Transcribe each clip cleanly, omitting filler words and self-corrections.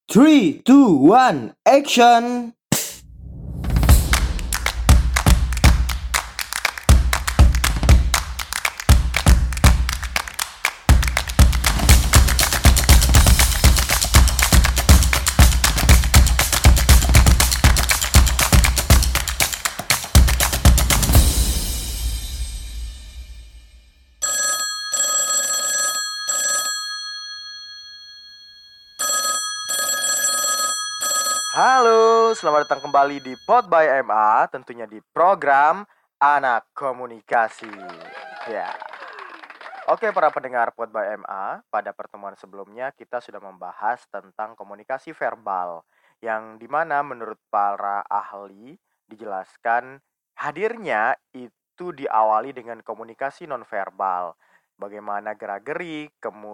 Three, two, one, action! Halo, selamat datang kembali di Pod by MA, tentunya di program Anak Komunikasi. Ya. Oke, para pendengar Pod by MA, pada pertemuan sebelumnya kita sudah membahas tentang komunikasi verbal yang dimana menurut para ahli dijelaskan hadirnya itu diawali dengan komunikasi nonverbal. Bagaimana gerak-gerik,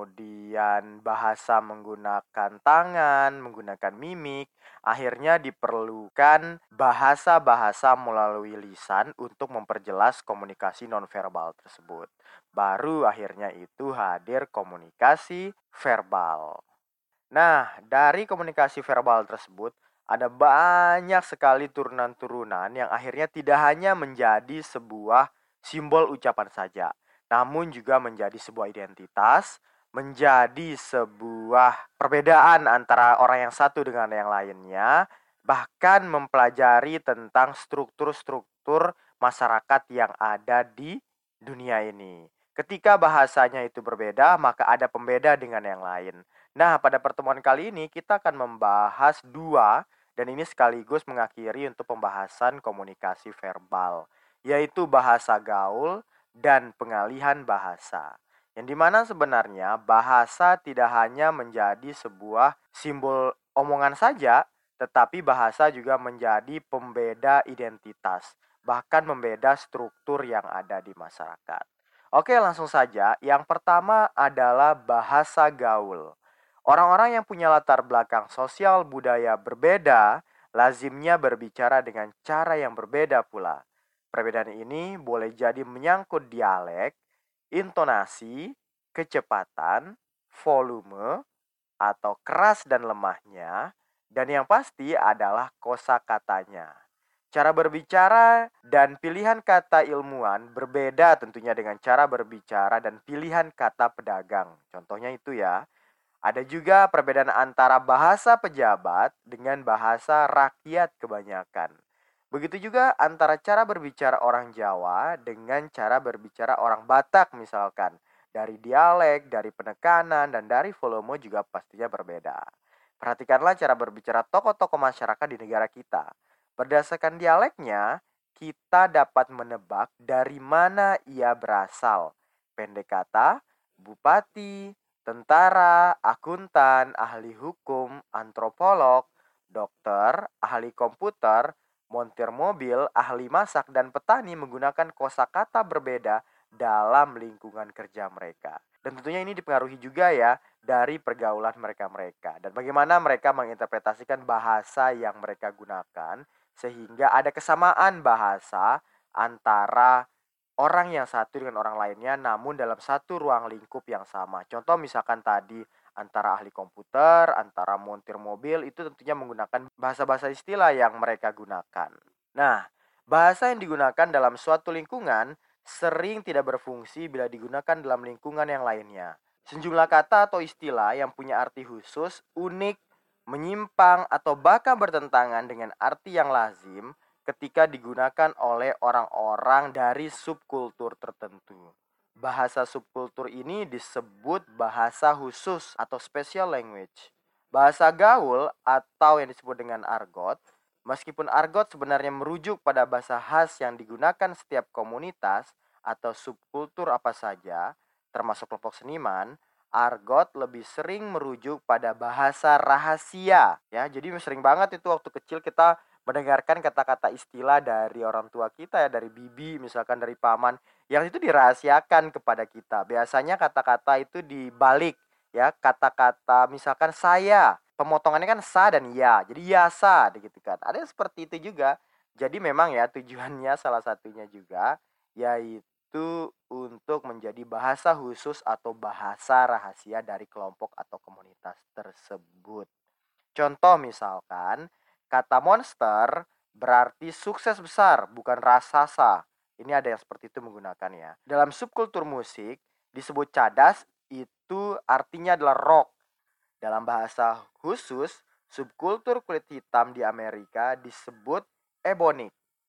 kemudian bahasa menggunakan tangan, menggunakan mimik, akhirnya diperlukan bahasa-bahasa melalui lisan untuk memperjelas komunikasi nonverbal tersebut. Baru akhirnya itu hadir komunikasi verbal. Nah, dari komunikasi verbal tersebut ada banyak sekali turunan-turunan yang akhirnya tidak hanya menjadi sebuah simbol ucapan saja, namun juga menjadi sebuah identitas, menjadi sebuah perbedaan antara orang yang satu dengan yang lainnya, bahkan mempelajari tentang struktur-struktur masyarakat yang ada di dunia ini. Ketika bahasanya itu berbeda, maka ada pembeda dengan yang lain. Nah, pada pertemuan kali ini kita akan membahas dua, dan ini sekaligus mengakhiri untuk pembahasan komunikasi verbal, yaitu bahasa gaul dan pengalihan bahasa. Yang dimana sebenarnya bahasa tidak hanya menjadi sebuah simbol omongan saja, tetapi bahasa juga menjadi pembeda identitas, bahkan membeda struktur yang ada di masyarakat. Oke, langsung saja. Yang pertama adalah bahasa gaul. Orang-orang yang punya latar belakang sosial budaya berbeda, lazimnya berbicara dengan cara yang berbeda pula. Perbedaan ini boleh jadi menyangkut dialek, intonasi, kecepatan, volume, atau keras dan lemahnya, dan yang pasti adalah kosakatanya. Cara berbicara dan pilihan kata ilmuwan berbeda tentunya dengan cara berbicara dan pilihan kata pedagang. Contohnya itu ya. Ada juga perbedaan antara bahasa pejabat dengan bahasa rakyat kebanyakan. Begitu juga antara cara berbicara orang Jawa dengan cara berbicara orang Batak misalkan. Dari dialek, dari penekanan, dan dari volume juga pastinya berbeda. Perhatikanlah cara berbicara tokoh-tokoh masyarakat di negara kita. Berdasarkan dialeknya, kita dapat menebak dari mana ia berasal. Pendek kata, bupati, tentara, akuntan, ahli hukum, antropolog, dokter, ahli komputer, montir mobil, ahli masak, dan petani menggunakan kosakata berbeda dalam lingkungan kerja mereka. Dan tentunya ini dipengaruhi juga ya dari pergaulan mereka-mereka. Dan bagaimana mereka menginterpretasikan bahasa yang mereka gunakan sehingga ada kesamaan bahasa antara orang yang satu dengan orang lainnya namun dalam satu ruang lingkup yang sama. Contoh misalkan tadi antara ahli komputer, antara montir mobil itu tentunya menggunakan bahasa-bahasa istilah yang mereka gunakan. Nah, bahasa yang digunakan dalam suatu lingkungan sering tidak berfungsi bila digunakan dalam lingkungan yang lainnya. Sejumlah kata atau istilah yang punya arti khusus, unik, menyimpang, atau bahkan bertentangan dengan arti yang lazim ketika digunakan oleh orang-orang dari subkultur tertentu. Bahasa subkultur ini disebut bahasa khusus atau special language. Bahasa gaul atau yang disebut dengan argot, meskipun argot sebenarnya merujuk pada bahasa khas yang digunakan setiap komunitas atau subkultur apa saja, termasuk kelompok seniman, argot lebih sering merujuk pada bahasa rahasia ya. Jadi sering banget itu waktu kecil kita mendengarkan kata-kata istilah dari orang tua kita ya, dari bibi misalkan dari paman yang itu dirahasiakan kepada kita. Biasanya kata-kata itu dibalik ya, kata-kata misalkan saya, pemotongannya kan sa dan ya. Jadi ya sa gitu kan. Ada yang seperti itu juga. Jadi memang ya tujuannya salah satunya juga yaitu untuk menjadi bahasa khusus atau bahasa rahasia dari kelompok atau komunitas tersebut. Contoh misalkan, kata monster berarti sukses besar, bukan raksasa. Ini ada yang seperti itu menggunakannya. Dalam subkultur musik disebut cadas, itu artinya adalah rock. Dalam bahasa khusus, subkultur kulit hitam di Amerika disebut ebonic.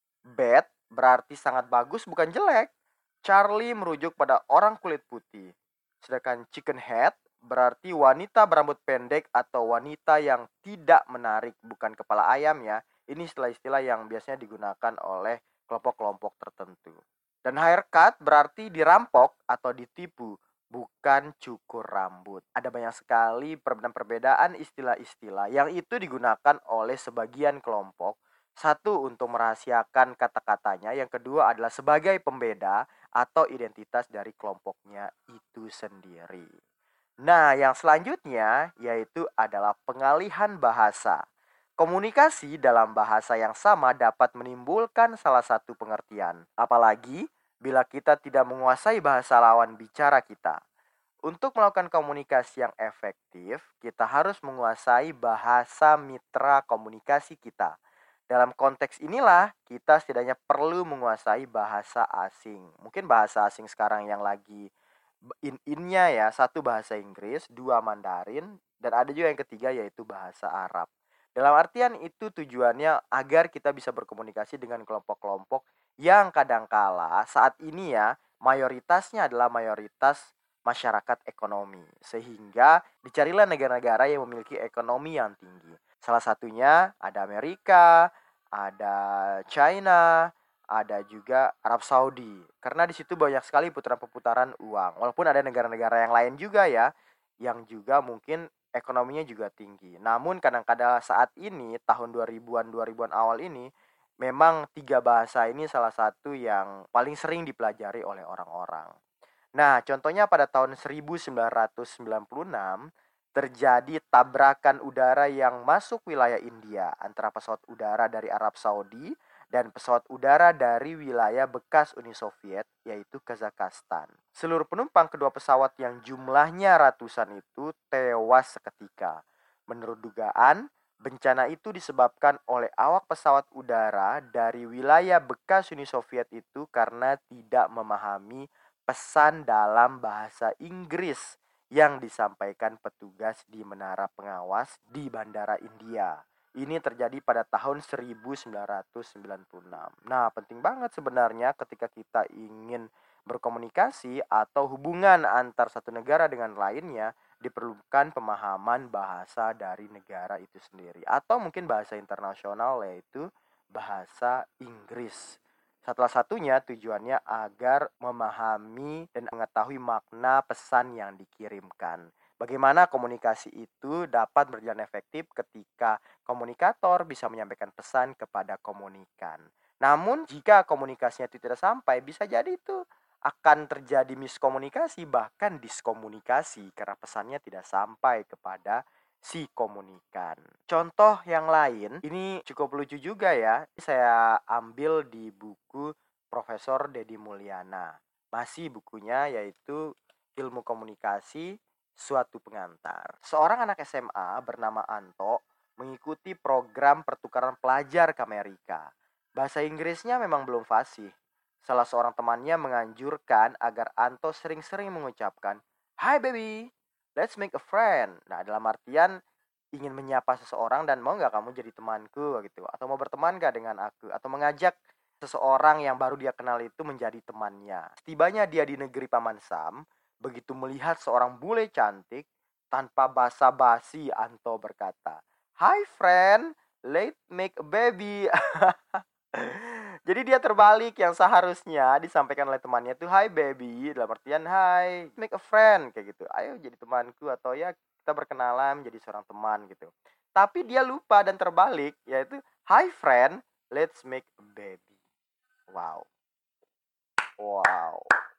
Bad berarti sangat bagus bukan jelek. Charlie merujuk pada orang kulit putih. Sedangkan chicken head berarti wanita berambut pendek atau wanita yang tidak menarik, bukan kepala ayam ya. Ini istilah-istilah yang biasanya digunakan oleh kelompok-kelompok tertentu. Dan haircut berarti dirampok atau ditipu, bukan cukur rambut. Ada banyak sekali perbedaan istilah-istilah yang itu digunakan oleh sebagian kelompok. Satu, untuk merahasiakan kata-katanya. Yang kedua adalah sebagai pembeda atau identitas dari kelompoknya itu sendiri. Nah, yang selanjutnya yaitu adalah pengalihan bahasa. Komunikasi dalam bahasa yang sama dapat menimbulkan salah satu pengertian. Apalagi bila kita tidak menguasai bahasa lawan bicara kita. Untuk melakukan komunikasi yang efektif, kita harus menguasai bahasa mitra komunikasi kita. Dalam konteks inilah, kita setidaknya perlu menguasai bahasa asing. Mungkin bahasa asing sekarang yang lagi in-innya ya, satu bahasa Inggris, dua Mandarin, dan ada juga yang ketiga yaitu bahasa Arab. Dalam artian itu tujuannya agar kita bisa berkomunikasi dengan kelompok-kelompok yang kadangkala saat ini ya mayoritasnya adalah mayoritas masyarakat ekonomi. Sehingga dicarilah negara-negara yang memiliki ekonomi yang tinggi. Salah satunya ada Amerika, ada China, ada juga Arab Saudi. Karena di situ banyak sekali putaran-putaran uang. Walaupun ada negara-negara yang lain juga ya, yang juga mungkin ekonominya juga tinggi. Namun kadang-kadang saat ini tahun 2000-an awal ini memang tiga bahasa ini salah satu yang paling sering dipelajari oleh orang-orang. Nah, contohnya pada tahun 1996 terjadi tabrakan udara yang masuk wilayah India antara pesawat udara dari Arab Saudi dan pesawat udara dari wilayah bekas Uni Soviet yaitu Kazakhstan. Seluruh penumpang kedua pesawat yang jumlahnya ratusan itu tewas seketika. Menurut dugaan, bencana itu disebabkan oleh awak pesawat udara dari wilayah bekas Uni Soviet itu karena tidak memahami pesan dalam bahasa Inggris yang disampaikan petugas di menara pengawas di Bandara India. Ini terjadi pada tahun 1996. Nah, penting banget sebenarnya ketika kita ingin berkomunikasi atau hubungan antar satu negara dengan lainnya, diperlukan pemahaman bahasa dari negara itu sendiri. Atau mungkin bahasa internasional yaitu bahasa Inggris. Salah satunya tujuannya agar memahami dan mengetahui makna pesan yang dikirimkan. Bagaimana komunikasi itu dapat berjalan efektif ketika komunikator bisa menyampaikan pesan kepada komunikan. Namun jika komunikasinya itu tidak sampai, bisa jadi itu akan terjadi miskomunikasi bahkan diskomunikasi karena pesannya tidak sampai kepada si komunikan. Contoh yang lain, ini cukup lucu juga ya. Saya ambil di buku Profesor Dedi Mulyana. Masih bukunya yaitu Ilmu Komunikasi Suatu Pengantar. Seorang anak SMA bernama Anto mengikuti program pertukaran pelajar ke Amerika. Bahasa Inggrisnya memang belum fasih. Salah seorang temannya menganjurkan agar Anto sering-sering mengucapkan, "Hi baby, let's make a friend." Nah, dalam artian ingin menyapa seseorang dan mau nggak kamu jadi temanku gitu. Atau mau berteman gak dengan aku. Atau mengajak seseorang yang baru dia kenal itu menjadi temannya. Setibanya dia di negeri Paman Sam, begitu melihat seorang bule cantik, tanpa basa-basi Anto berkata, "Hi friend, let's make a baby." Jadi dia terbalik, yang seharusnya disampaikan oleh temannya tuh "Hi baby", dalam artian "Hi, make a friend" kayak gitu. Ayo jadi temanku atau ya kita berkenalan menjadi seorang teman gitu. Tapi dia lupa dan terbalik yaitu "Hi friend, let's make a baby". Wow. Wow.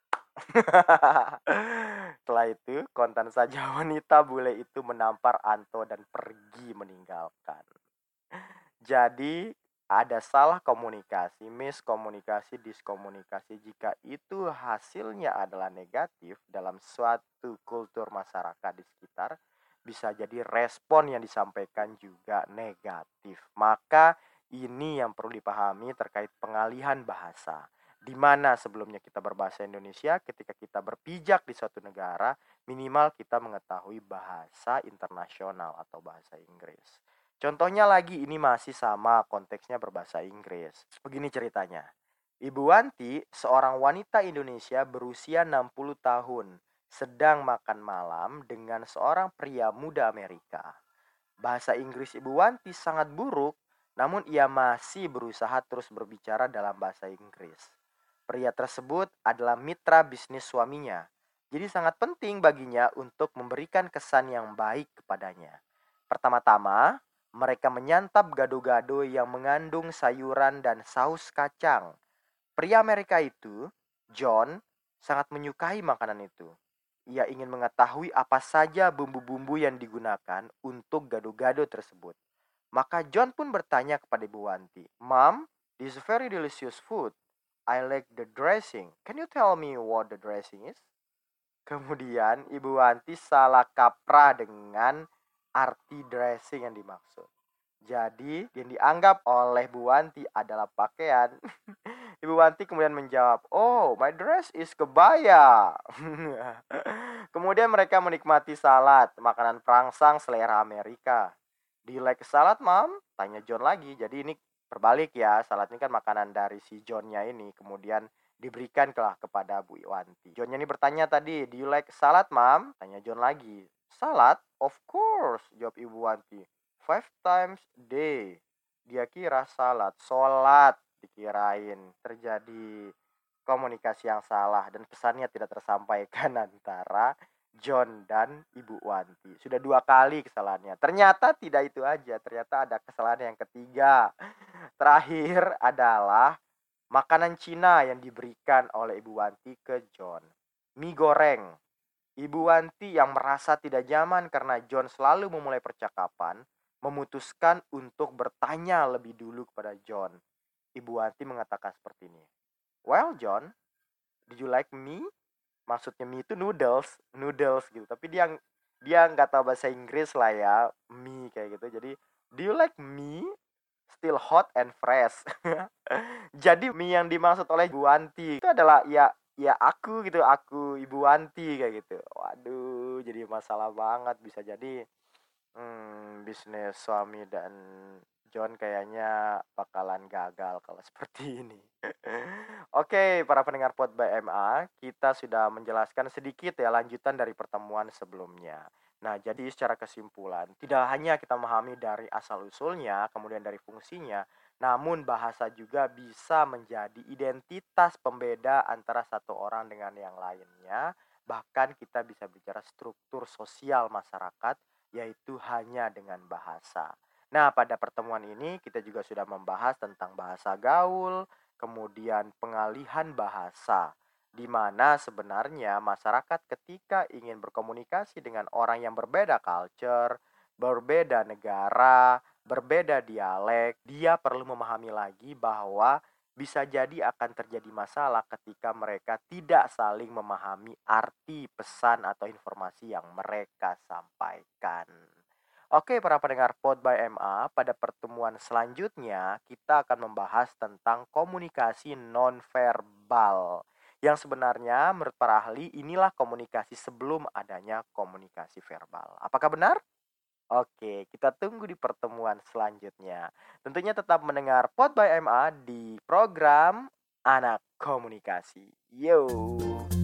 Setelah itu kontan saja wanita bule itu menampar Anto dan pergi meninggalkan. Jadi ada salah komunikasi, miskomunikasi, diskomunikasi. Jika itu hasilnya adalah negatif dalam suatu kultur masyarakat di sekitar, bisa jadi respon yang disampaikan juga negatif. Maka ini yang perlu dipahami terkait pengalihan bahasa. Di mana sebelumnya kita berbahasa Indonesia, ketika kita berpijak di suatu negara, minimal kita mengetahui bahasa internasional atau bahasa Inggris. Contohnya lagi, ini masih sama konteksnya berbahasa Inggris. Begini ceritanya. Ibu Wanti, seorang wanita Indonesia berusia 60 tahun, sedang makan malam dengan seorang pria muda Amerika. Bahasa Inggris Ibu Wanti sangat buruk, namun ia masih berusaha terus berbicara dalam bahasa Inggris. Pria tersebut adalah mitra bisnis suaminya, jadi sangat penting baginya untuk memberikan kesan yang baik kepadanya. Pertama-tama, mereka menyantap gado-gado yang mengandung sayuran dan saus kacang. Pria Amerika itu, John, sangat menyukai makanan itu. Ia ingin mengetahui apa saja bumbu-bumbu yang digunakan untuk gado-gado tersebut. Maka John pun bertanya kepada Ibu Wanti, "Mom, this is very delicious food. I like the dressing. Can you tell me what the dressing is?" Kemudian Ibu Wanti salah kaprah dengan arti dressing yang dimaksud. Jadi yang dianggap oleh Bu Wanti adalah pakaian. Ibu Wanti kemudian menjawab, "Oh, my dress is kebaya." Kemudian mereka menikmati salad, makanan perangsang selera Amerika. "Do you like salad, Mom?" Tanya John lagi. Jadi ini berbalik ya, salad ini kan makanan dari si Johnnya ini. Kemudian diberikan kepada Bu Wanti. Johnnya ini bertanya tadi, "Do you like salad, Mom?" Tanya John lagi. "Salad? Of course," jawab Ibu Wanti. 5 times a day. Dia kira salad, sholat dikirain. Terjadi komunikasi yang salah dan pesannya tidak tersampaikan antara John dan Ibu Wanti. Sudah 2 kali kesalahannya. Ternyata tidak itu aja, ternyata ada kesalahan yang ketiga. Terakhir adalah makanan Cina yang diberikan oleh Ibu Wanti ke John. Mie goreng. Ibu Wanti yang merasa tidak nyaman karena John selalu memulai percakapan, memutuskan untuk bertanya lebih dulu kepada John. Ibu Wanti mengatakan seperti ini. "Well, John, did you like me?" Maksudnya mie itu noodles gitu. Tapi dia nggak tahu bahasa Inggris lah ya, mie kayak gitu. Jadi, "Do you like me? Still hot and fresh." Jadi mie yang dimaksud oleh Ibu Wanti itu adalah ya aku gitu, aku Ibu Wanti kayak gitu. Waduh, jadi masalah banget. Bisa jadi bisnis suami dan John kayaknya bakalan gagal kalau seperti ini. Oke, para pendengar Pod by MA, kita sudah menjelaskan sedikit ya lanjutan dari pertemuan sebelumnya. Nah, jadi secara kesimpulan, tidak hanya kita memahami dari asal-usulnya, kemudian dari fungsinya, namun bahasa juga bisa menjadi identitas pembeda antara satu orang dengan yang lainnya. Bahkan kita bisa bicara struktur sosial masyarakat, yaitu hanya dengan bahasa. Nah, pada pertemuan ini kita juga sudah membahas tentang bahasa gaul, kemudian pengalihan bahasa, di mana sebenarnya masyarakat ketika ingin berkomunikasi dengan orang yang berbeda culture, berbeda negara, berbeda dialek, dia perlu memahami lagi bahwa bisa jadi akan terjadi masalah ketika mereka tidak saling memahami arti pesan atau informasi yang mereka sampaikan. Oke, para pendengar Pod by MA, pada pertemuan selanjutnya kita akan membahas tentang komunikasi nonverbal. Yang sebenarnya menurut para ahli inilah komunikasi sebelum adanya komunikasi verbal. Apakah benar? Oke, kita tunggu di pertemuan selanjutnya. Tentunya tetap mendengar Pod by MA di program Anak Komunikasi. Yo.